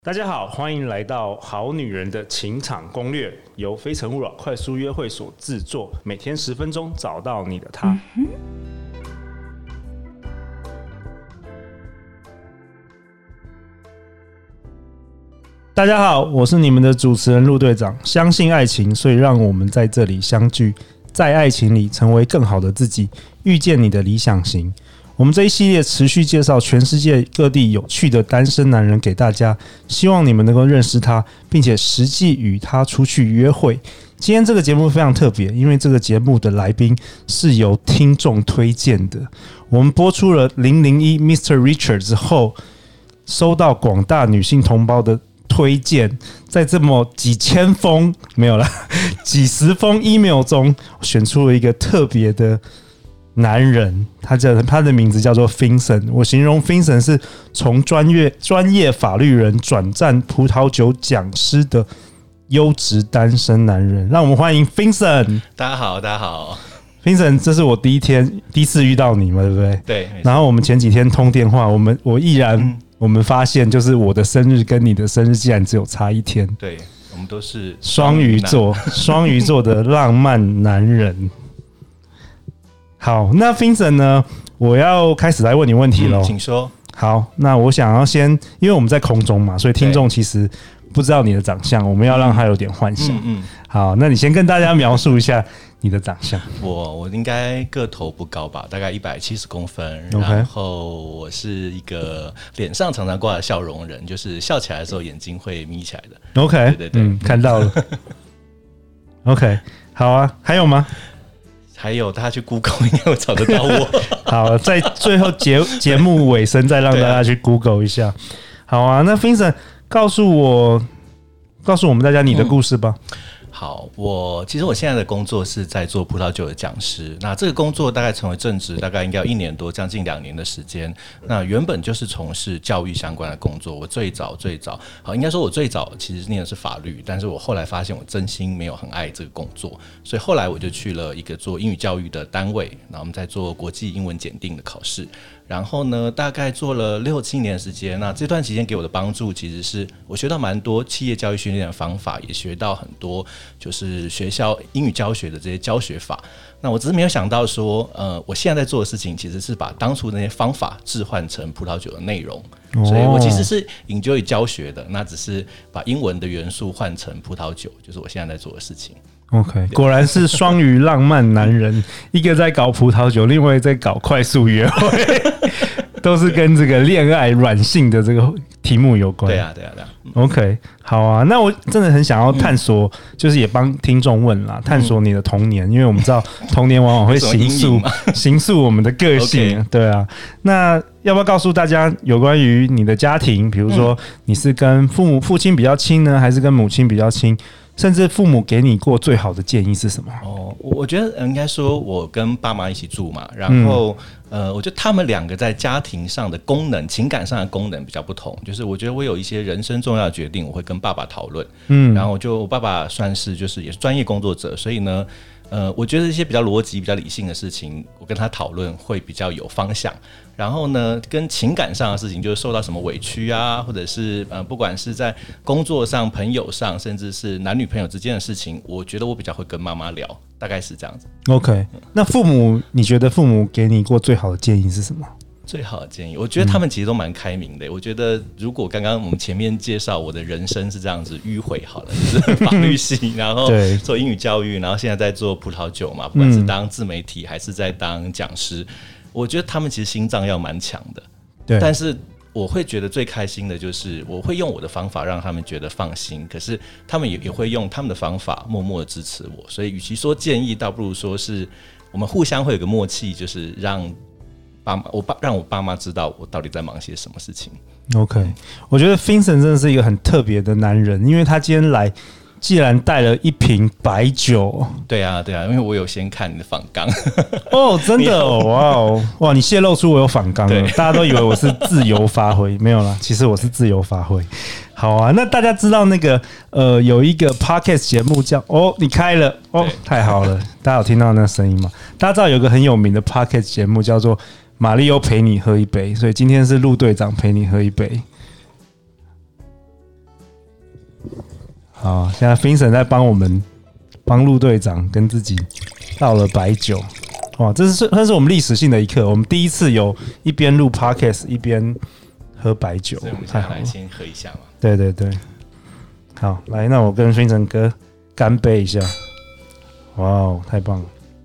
大家好，欢迎来到《好女人的情场攻略》，由非诚勿扰快速约会所制作，每天10分钟，找到你的他。大家好，我是你们的主持人陆队长。相信爱情，所以让我们在这里相聚，在爱情里成为更好的自己，遇见你的理想型。我们这一系列持续介绍全世界各地有趣的单身男人给大家，希望你们能够认识他，并且实际与他出去约会。今天这个节目非常特别，因为这个节目的来宾是由听众推荐的。我们播出了001 Mr. Richard 之后，收到广大女性同胞的推荐，在这么几千封没有啦，几十封 email 中，选出了一个特别的男人，他的名字叫做 Vincent。我形容 Vincent 是从专业法律人转战葡萄酒讲师的优质单身男人。让我们欢迎 Vincent。 大家好，大家好。 Vincent， 这是我第一次遇到你嘛，对不对？ 对。 然后我们前几天通电话，我们发现，就是我的生日跟你的生日竟然只有差一天。 对，我们都是双鱼座的浪漫男人。好，那 Vincent 呢？我要开始来问你问题喽。 请说。 好，那我想要先，因为我们在空中嘛，所以听众其实不知道你的长相，我们要让他有点幻想。好，那你先跟大家描述一下你的长相。 我应该个头不高吧，大概170公分， Okay. 然后我是一个脸上常常挂着笑容人，就是笑起来的时候眼睛会眯起来的。 OK， 对，看到了。OK， 好啊，还有吗？ 还有，大家去 Google 应该会找得到我。 好，在最后节目尾声再让大家去 Google 一下。好啊，那 Vincent 告诉我们大家你的故事吧。 好，其实我现在的工作是在做葡萄酒的讲师。那这个工作大概成为正职，大概应该有1年多，将近2年的时间。那原本就是从事教育相关的工作。我最早，好，应该说我最早其实念的是法律，但是我后来发现我真心没有很爱这个工作，所以后来我就去了一个做英语教育的单位，然后我们在做国际英文检定的考试。然后呢，大概做了6-7年的时间。那这段期间给我的帮助，其实是我学到蛮多企业教育训练的方法，也学到很多就是学校英语教学的这些教学法。那我只是没有想到说，我现在在做的事情其实是把当初那些方法置换成葡萄酒的内容。所以我其实是 enjoy 教学的，那只是把英文的元素换成葡萄酒，就是我现在在做的事情。 OK， 果然是双鱼浪漫男人，一个在搞葡萄酒，另外在搞快速约会，都是跟这个恋爱软性的这个题目有关。 对啊。 OK， 好啊，那我真的很想要探索，就是也帮听众问啦，探索你的童年，因为我们知道童年往往会形塑我们的个性。对啊，那要不要告诉大家有关于你的家庭？比如说你是跟父亲比较亲呢，还是跟母亲比较亲？甚至父母给你过最好的建议是什么？ 我觉得应该说，我跟爸妈一起住嘛，然后我觉得他们两个在家庭上的功能、情感上的功能比较不同。就是我觉得我有一些人生重要的决定，我会跟爸爸讨论。然后我爸爸算是就是也是专业工作者，所以呢，我觉得一些比较逻辑、比较理性的事情，我跟他讨论会比较有方向。然后呢，跟情感上的事情，就是受到什么委屈啊，或者是不管是在工作上、朋友上，甚至是男女朋友之间的事情，我觉得我比较会跟妈妈聊，大概是这样子。 OK， 那你觉得父母给你过最好的建议是什么？ 最好的建议，我觉得他们其实都蛮开明的。我觉得如果刚刚我们前面介绍我的人生是这样子迂回好了，就是法律系，然后做英语教育，然后现在在做葡萄酒嘛，不管是当自媒体还是在当讲师，我觉得他们其实心脏要蛮强的。对，但是我会觉得最开心的就是我会用我的方法让他们觉得放心，可是他们也会用他们的方法默默的支持我。所以与其说建议，倒不如说是我们互相会有个默契，就是让我爸妈知道我到底在忙些什么事情。 OK， 我觉得 Vincent 真的是一个很特别的男人，因为他今天来既然带了1瓶白酒。 对啊，因为我有先看你的访纲。 哦，真的哦，哇，你泄露出我有访纲了，大家都以为我是自由发挥，没有啦，其实我是自由发挥。好啊，那大家知道那个有一个 podcast 节目叫你开了太好了，大家有听到那个声音吗？大家知道有一个很有名的 podcast 节目叫做马里欧陪你喝一杯，所以今天是陆队长陪你喝一杯。 好，现在 Vincent 在帮陆队长跟自己倒了白酒。哇，这算是我们历史性的一刻，我们第一次有一边录 Podcast 一边喝白酒， 所以我们现在来先喝一下嘛。 对对对，好，来，那我跟 Vincent 哥干杯一下。哇哦，太棒了！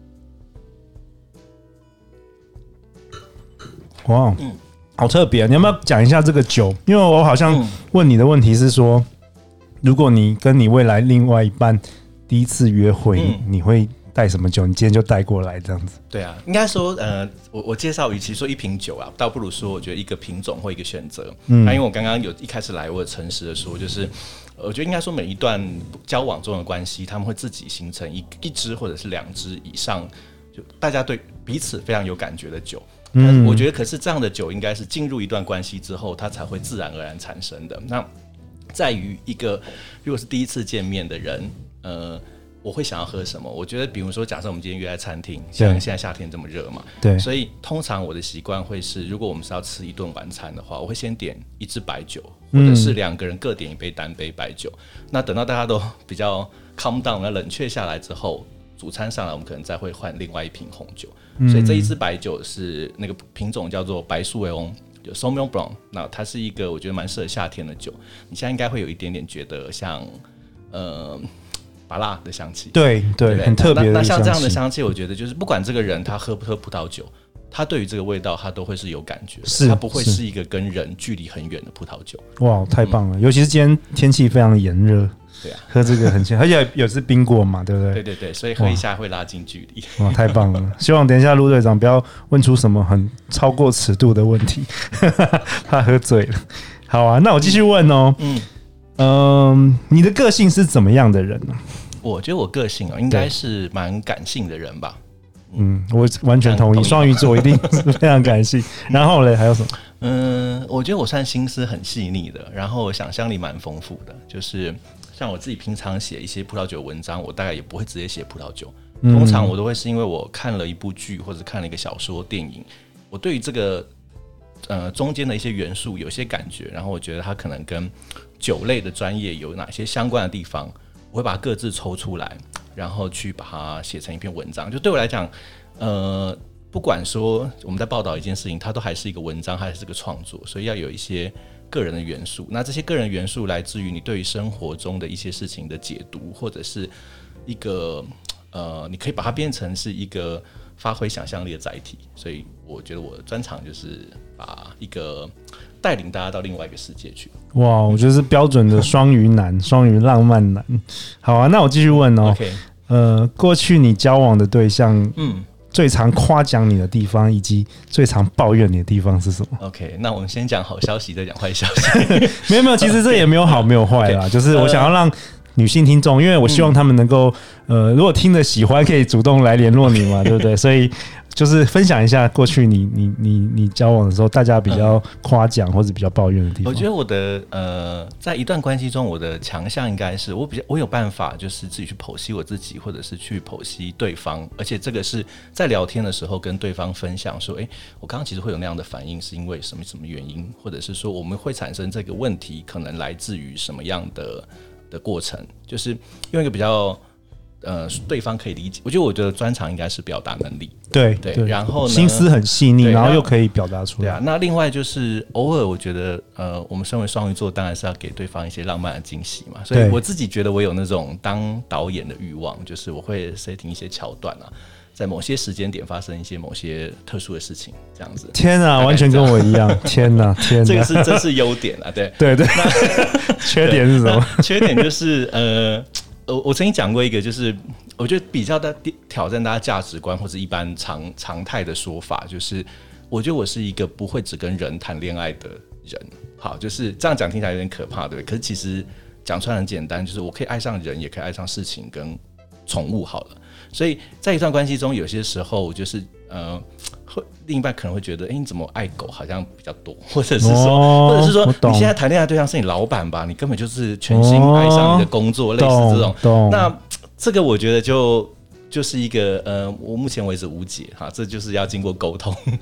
哇哦，好特别，你要不要讲一下这个酒？因为我好像问你的问题是说，如果你跟你未来另外一半第一次约会，你会带什么酒？你今天就带过来这样子。 对啊，应该说，我介绍，与其说一瓶酒啊，倒不如说，我觉得一个品种或一个选择。那因为我刚刚一开始来，我有诚实的说，就是我觉得应该说每一段交往中的关系，他们会自己形成一支或者是2支以上，就大家对彼此非常有感觉的酒。我觉得，可是这样的酒应该是进入一段关系之后，它才会自然而然产生的。那在于一个如果是第一次见面的人，我会想要喝什么？我觉得，比如说，假设我们今天约在餐厅，像现在夏天这么热嘛， 对， 所以通常我的习惯会是，如果我们是要吃一顿晚餐的话，我会先点1支白酒，或者是2个人各点1杯单杯白酒。那等到大家都比较 calm down， 冷却下来之后，主餐上来，我们可能再会换另外一瓶红酒。所以这1支白酒是那个品种叫做白苏维翁。就 Sauvignon Blanc， 那它是一个我觉得蛮适合夏天的酒。你现在应该会有一点点觉得像芭乐的香气， 对对，很特别的。 那像这样的香气，我觉得就是不管这个人他喝不喝葡萄酒，他对于这个味道他都会是有感觉的，他不会是一个跟人距离很远的葡萄酒。 哇，太棒了！尤其是今天天气非常炎热， 对啊， 喝这个很清，而且有是冰过嘛，对不对？ 对对对，所以喝一下会拉近距离。 哇，太棒了！希望等一下陆队长不要问出什么很超过尺度的问题，怕喝醉了。好啊，那我继续问哦。你的个性是怎么样的人呢？ 我觉得我个性应该是蛮感性的人吧。 我完全同意，双鱼座一定是非常感性。然后嘞，还有什么？ 我觉得我算心思很细腻的，然后想象力蛮丰富的。就是像我自己平常写一些葡萄酒文章，我大概也不会直接写葡萄酒，通常我都会是因为我看了一部剧或者看了一个小说、电影，我对于这个中间的一些元素有些感觉，然后我觉得它可能跟酒类的专业有哪些相关的地方，我会把它各自抽出来，然后去把它写成一篇文章。就对我来讲，不管说我们在报道一件事情，它都还是一个文章，还是个创作，所以要有一些个人的元素。那这些个人元素来自于你对于生活中的一些事情的解读，或者是一个你可以把它变成是一个发挥想象力的载体。所以我觉得我的专长就是把一个带领大家到另外一个世界去。 哇，我觉得是标准的双鱼男，双鱼浪漫男。好啊，那我继续问哦。 Okay. 过去你交往的对象，最常夸奖你的地方，以及最常抱怨你的地方是什么 ？OK， 那我们先讲好消息，再讲坏消息。 没有，其实这也没有好没有坏啦，就是我想要让女性听众，因为我希望他们能够，如果听得喜欢，可以主动来联络你嘛，对不对？所以就是分享一下过去你交往的时候，大家比较夸奖或者比较抱怨的地方。 我觉得我的在一段关系中，我的强项应该是我有办法，就是自己去剖析我自己，或者是去剖析对方，而且这个是在聊天的时候跟对方分享说，我刚刚其实会有那样的反应，是因为什么原因，或者是说我们会产生这个问题，可能来自于什么样的过程，就是用一个比较。对方可以理解，我觉得我的专长应该是表达能力， 对， 然后呢心思很细腻，然后又可以表达出来。 对啊，那另外就是偶尔我觉得，我们身为双鱼座，当然是要给对方一些浪漫的惊喜嘛。所以我自己觉得我有那种当导演的欲望，就是我会 setting 一些桥段啊，在某些时间点发生一些某些特殊的事情，这样子。 天啊，完全跟我一样！天哪， 这个真是优点啊，对。 缺点是什么？ 缺点就是我曾经讲过一个，就是我觉得比较的挑战大家价值观或者一般常态的说法，就是我觉得我是一个不会只跟人谈恋爱的人。好，就是这样讲听起来有点可怕，对不对？可是其实讲出来很简单，就是我可以爱上人，也可以爱上事情跟宠物。好了，所以在一段关系中，有些时候就是另一半可能会觉得，你怎么爱狗好像比较多，或者是说，你现在谈恋爱对象是你老板吧？你根本就是全心爱上你的工作，类似这种。那这个我觉得就是一个我目前为止无解哈，这就是要经过沟通。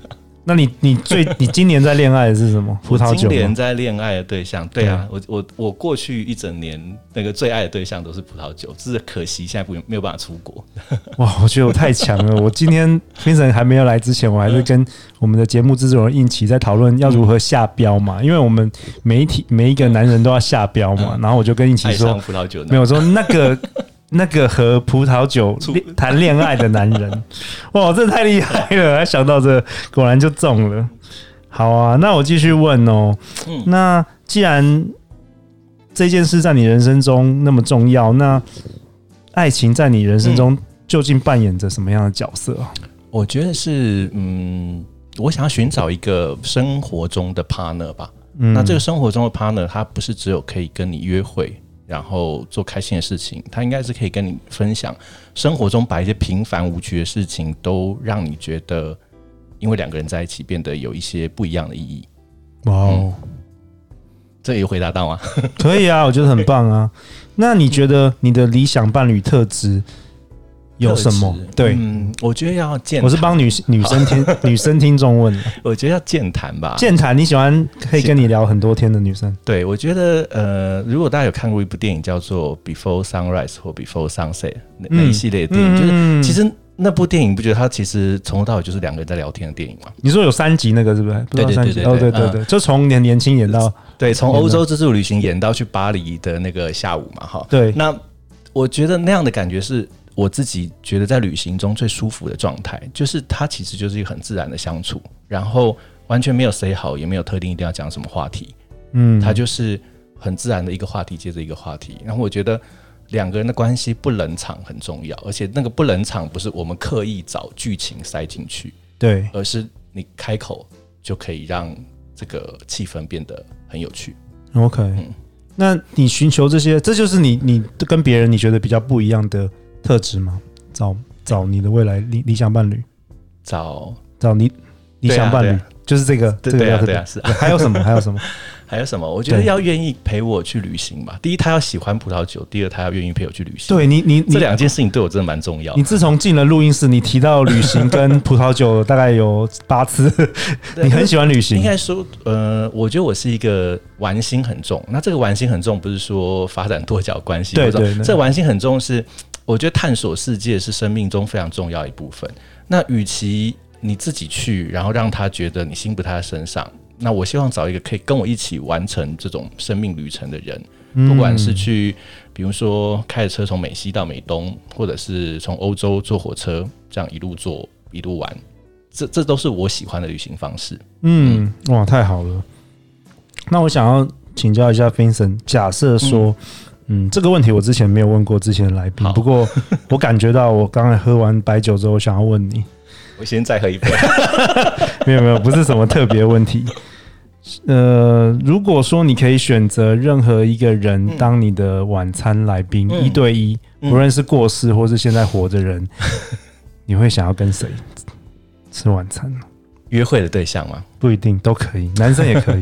那你今年在恋爱的是什么？葡萄酒吗？ 今年在恋爱的对象，对啊，我过去一整年那个最爱的对象都是葡萄酒，只是可惜现在没有办法出国。 哇，我觉得我太强了！我今天 Vincent 还没有来之前，我还是跟我们的节目制作人应奇在讨论要如何下标嘛，因为我们每一个男人都要下标嘛，然后我就跟应奇说， 葡萄酒没有说那个和葡萄酒谈恋爱的男人，哇，这太厉害了！想到这，果然就中了。好啊，那我继续问哦。那既然这件事在你人生中那么重要，那爱情在你人生中究竟扮演着什么样的角色？ 我觉得是，我想要寻找一个生活中的 partner 吧。那这个生活中的 partner， 他不是只有可以跟你约会，然后做开心的事情，他应该是可以跟你分享生活中把一些平凡无趣的事情都让你觉得，因为两个人在一起变得有一些不一样的意义。 哇哦， 这有回答到吗？ 可以啊，我觉得很棒啊。那你觉得你的理想伴侣特质有什么？对， 我觉得要健谈。 我是帮女生听众问的。 我觉得要健谈吧。 健谈，你喜欢可以跟你聊很多天的女生？ 对，我觉得如果大家有看过一部电影叫做《Before Sunrise》或《Before Sunset》那一系列的电影，就是其实那部电影不觉得它其实从头到尾就是两个人在聊天的电影吗？ 你说有3集那个是不是？ 对， 对，就从年轻演到对，从欧洲自助旅行演到去巴黎的那个下午嘛，哈。 对， 那我觉得那样的感觉是我自己觉得在旅行中最舒服的状态，就是它其实就是一个很自然的相处，然后完全没有 say 好，也没有特定一定要讲什么话题，它就是很自然的一个话题接着一个话题。然后我觉得两个人的关系不冷场很重要，而且那个不冷场不是我们刻意找剧情塞进去， 对， 而是你开口就可以让这个气氛变得很有趣。 OK，那你寻求这些，这就是你跟别人你觉得比较不一样的特质吗？找你的未来理想伴侣，找你理想伴侣，就是这个是。 还有什么？ 还有什么？我觉得要愿意陪我去旅行吧。第一，他要喜欢葡萄酒；第二，他要愿意陪我去旅行。 对你这两件事情对我真的蛮重要的。 你自从进了录音室，你提到旅行跟葡萄酒大概有8次，你很喜欢旅行。 应该说，我觉得我是一个玩心很重。那这个玩心很重，不是说发展多角关系，对，这个玩心很重是，我觉得探索世界是生命中非常重要的一部分。那与其你自己去，然后让他觉得你心不在他身上。那我希望找一个可以跟我一起完成这种生命旅程的人，不管是去，比如说开着车从美西到美东，或者是从欧洲坐火车这样一路坐一路玩，这都是我喜欢的旅行方式。 哇，太好了。那我想要请教一下 Vincent， 假设说，这个问题我之前没有问过之前的来宾，不过我感觉到我刚才喝完白酒之后，我想要问你。 我先再喝一杯。 没有，不是什么特别问题。如果说你可以选择任何一个人当你的晚餐来宾，1对1，无论是过世或是现在活着人，你会想要跟谁吃晚餐呢？ 约会的对象吗？ 不一定，都可以，男生也可以。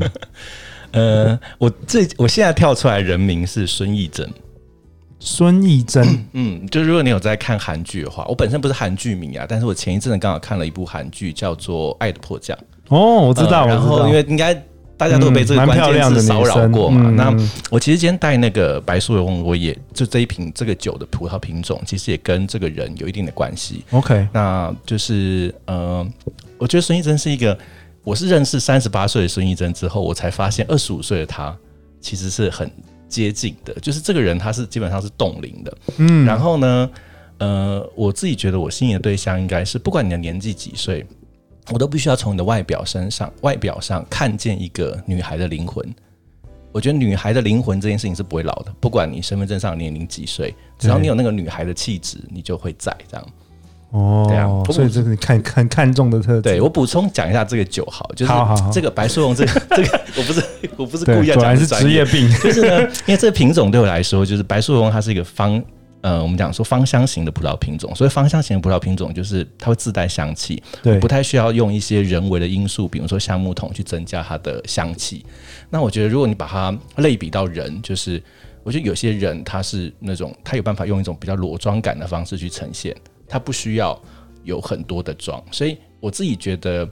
我现在跳出来人名是孙艺珍。 孙艺珍， 就如果你有在看韩剧的话，我本身不是韩剧迷啊，但是我前一阵子刚好看了一部韩剧，叫做《爱的迫降》。哦， 我知道。 然后因为应该大家都被这个关键字骚扰过嘛，那我其实今天带那个白苏维翁，我也就这一瓶这个酒的葡萄品种，其实也跟这个人有一定的关系。 OK， 那就是我觉得孙艺珍是一个，我是认识38岁的孙艺珍之后，我才发现25岁的他其实是很接近的，就是这个人他是基本上是冻龄的。然后呢，我自己觉得我心仪的对象应该是，不管你的年纪几岁，我都必须要从你的外表上看见一个女孩的灵魂。我觉得女孩的灵魂这件事情是不会老的，不管你身份证上的年龄几岁，只要你有那个女孩的气质，你就会在这样。对啊， 所以这是你看重的特质。 对，我补充讲一下这个酒好，就是这个白苏翁这个我不是故意要讲， 是职业病。 就是呢，因为这个品种对我来说，就是白苏翁它是一个我们讲说芳香型的葡萄品种，所以芳香型的葡萄品种就是它会自带香气，对，不太需要用一些人为的因素，比如说橡木桶去增加它的香气。那我觉得如果你把它类比到人，就是我觉得有些人他是那种他有办法用一种比较裸妆感的方式去呈现，他不需要有很多的妆，所以我自己觉得我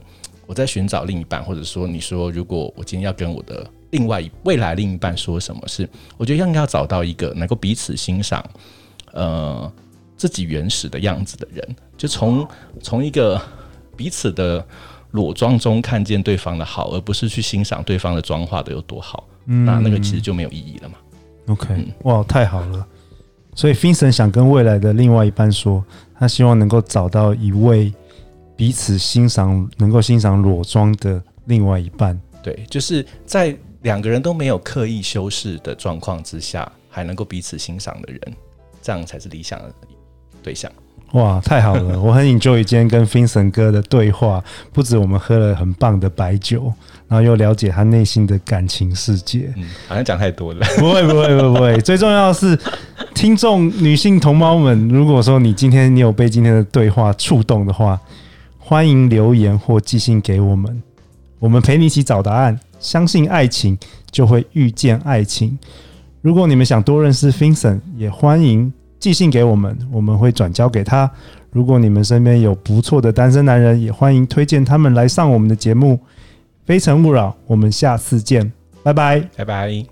我在寻找另一半，或者说你说如果我今天要跟我的未来另一半说什么事，我觉得应该要找到一个能够彼此欣赏自己原始的样子的人，就从一个彼此的裸妆中看见对方的好，而不是去欣赏对方的妆化的有多好，那个其实就没有意义了嘛。 OK，哇，太好了！所以 Vincent 想跟未来的另外一半说，他希望能够找到一位彼此能够欣赏裸妆的另外一半。 对，就是在两个人都没有刻意修饰的状况之下，还能够彼此欣赏的人，这样才是理想的对象。 哇，太好了！我很 enjoy 今天跟 Vincent 哥的对话，不止我们喝了很棒的白酒，然后又了解他内心的感情世界。 好像讲太多了。 不会，最重要的是，听众女性同胞们，如果说你有被今天的对话触动的话，欢迎留言或寄信给我们，我们陪你一起找答案。相信爱情，就会遇见爱情。如果你们想多认识 Vincent， 也欢迎寄信给我们，我们会转交给他。如果你们身边有不错的单身男人，也欢迎推荐他们来上我们的节目。非诚勿扰，我们下次见，拜拜， 拜拜。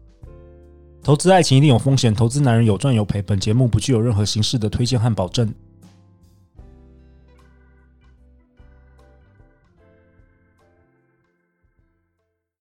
投资爱情一定有风险，投资男人有赚有赔。本节目不具有任何形式的推荐和保证。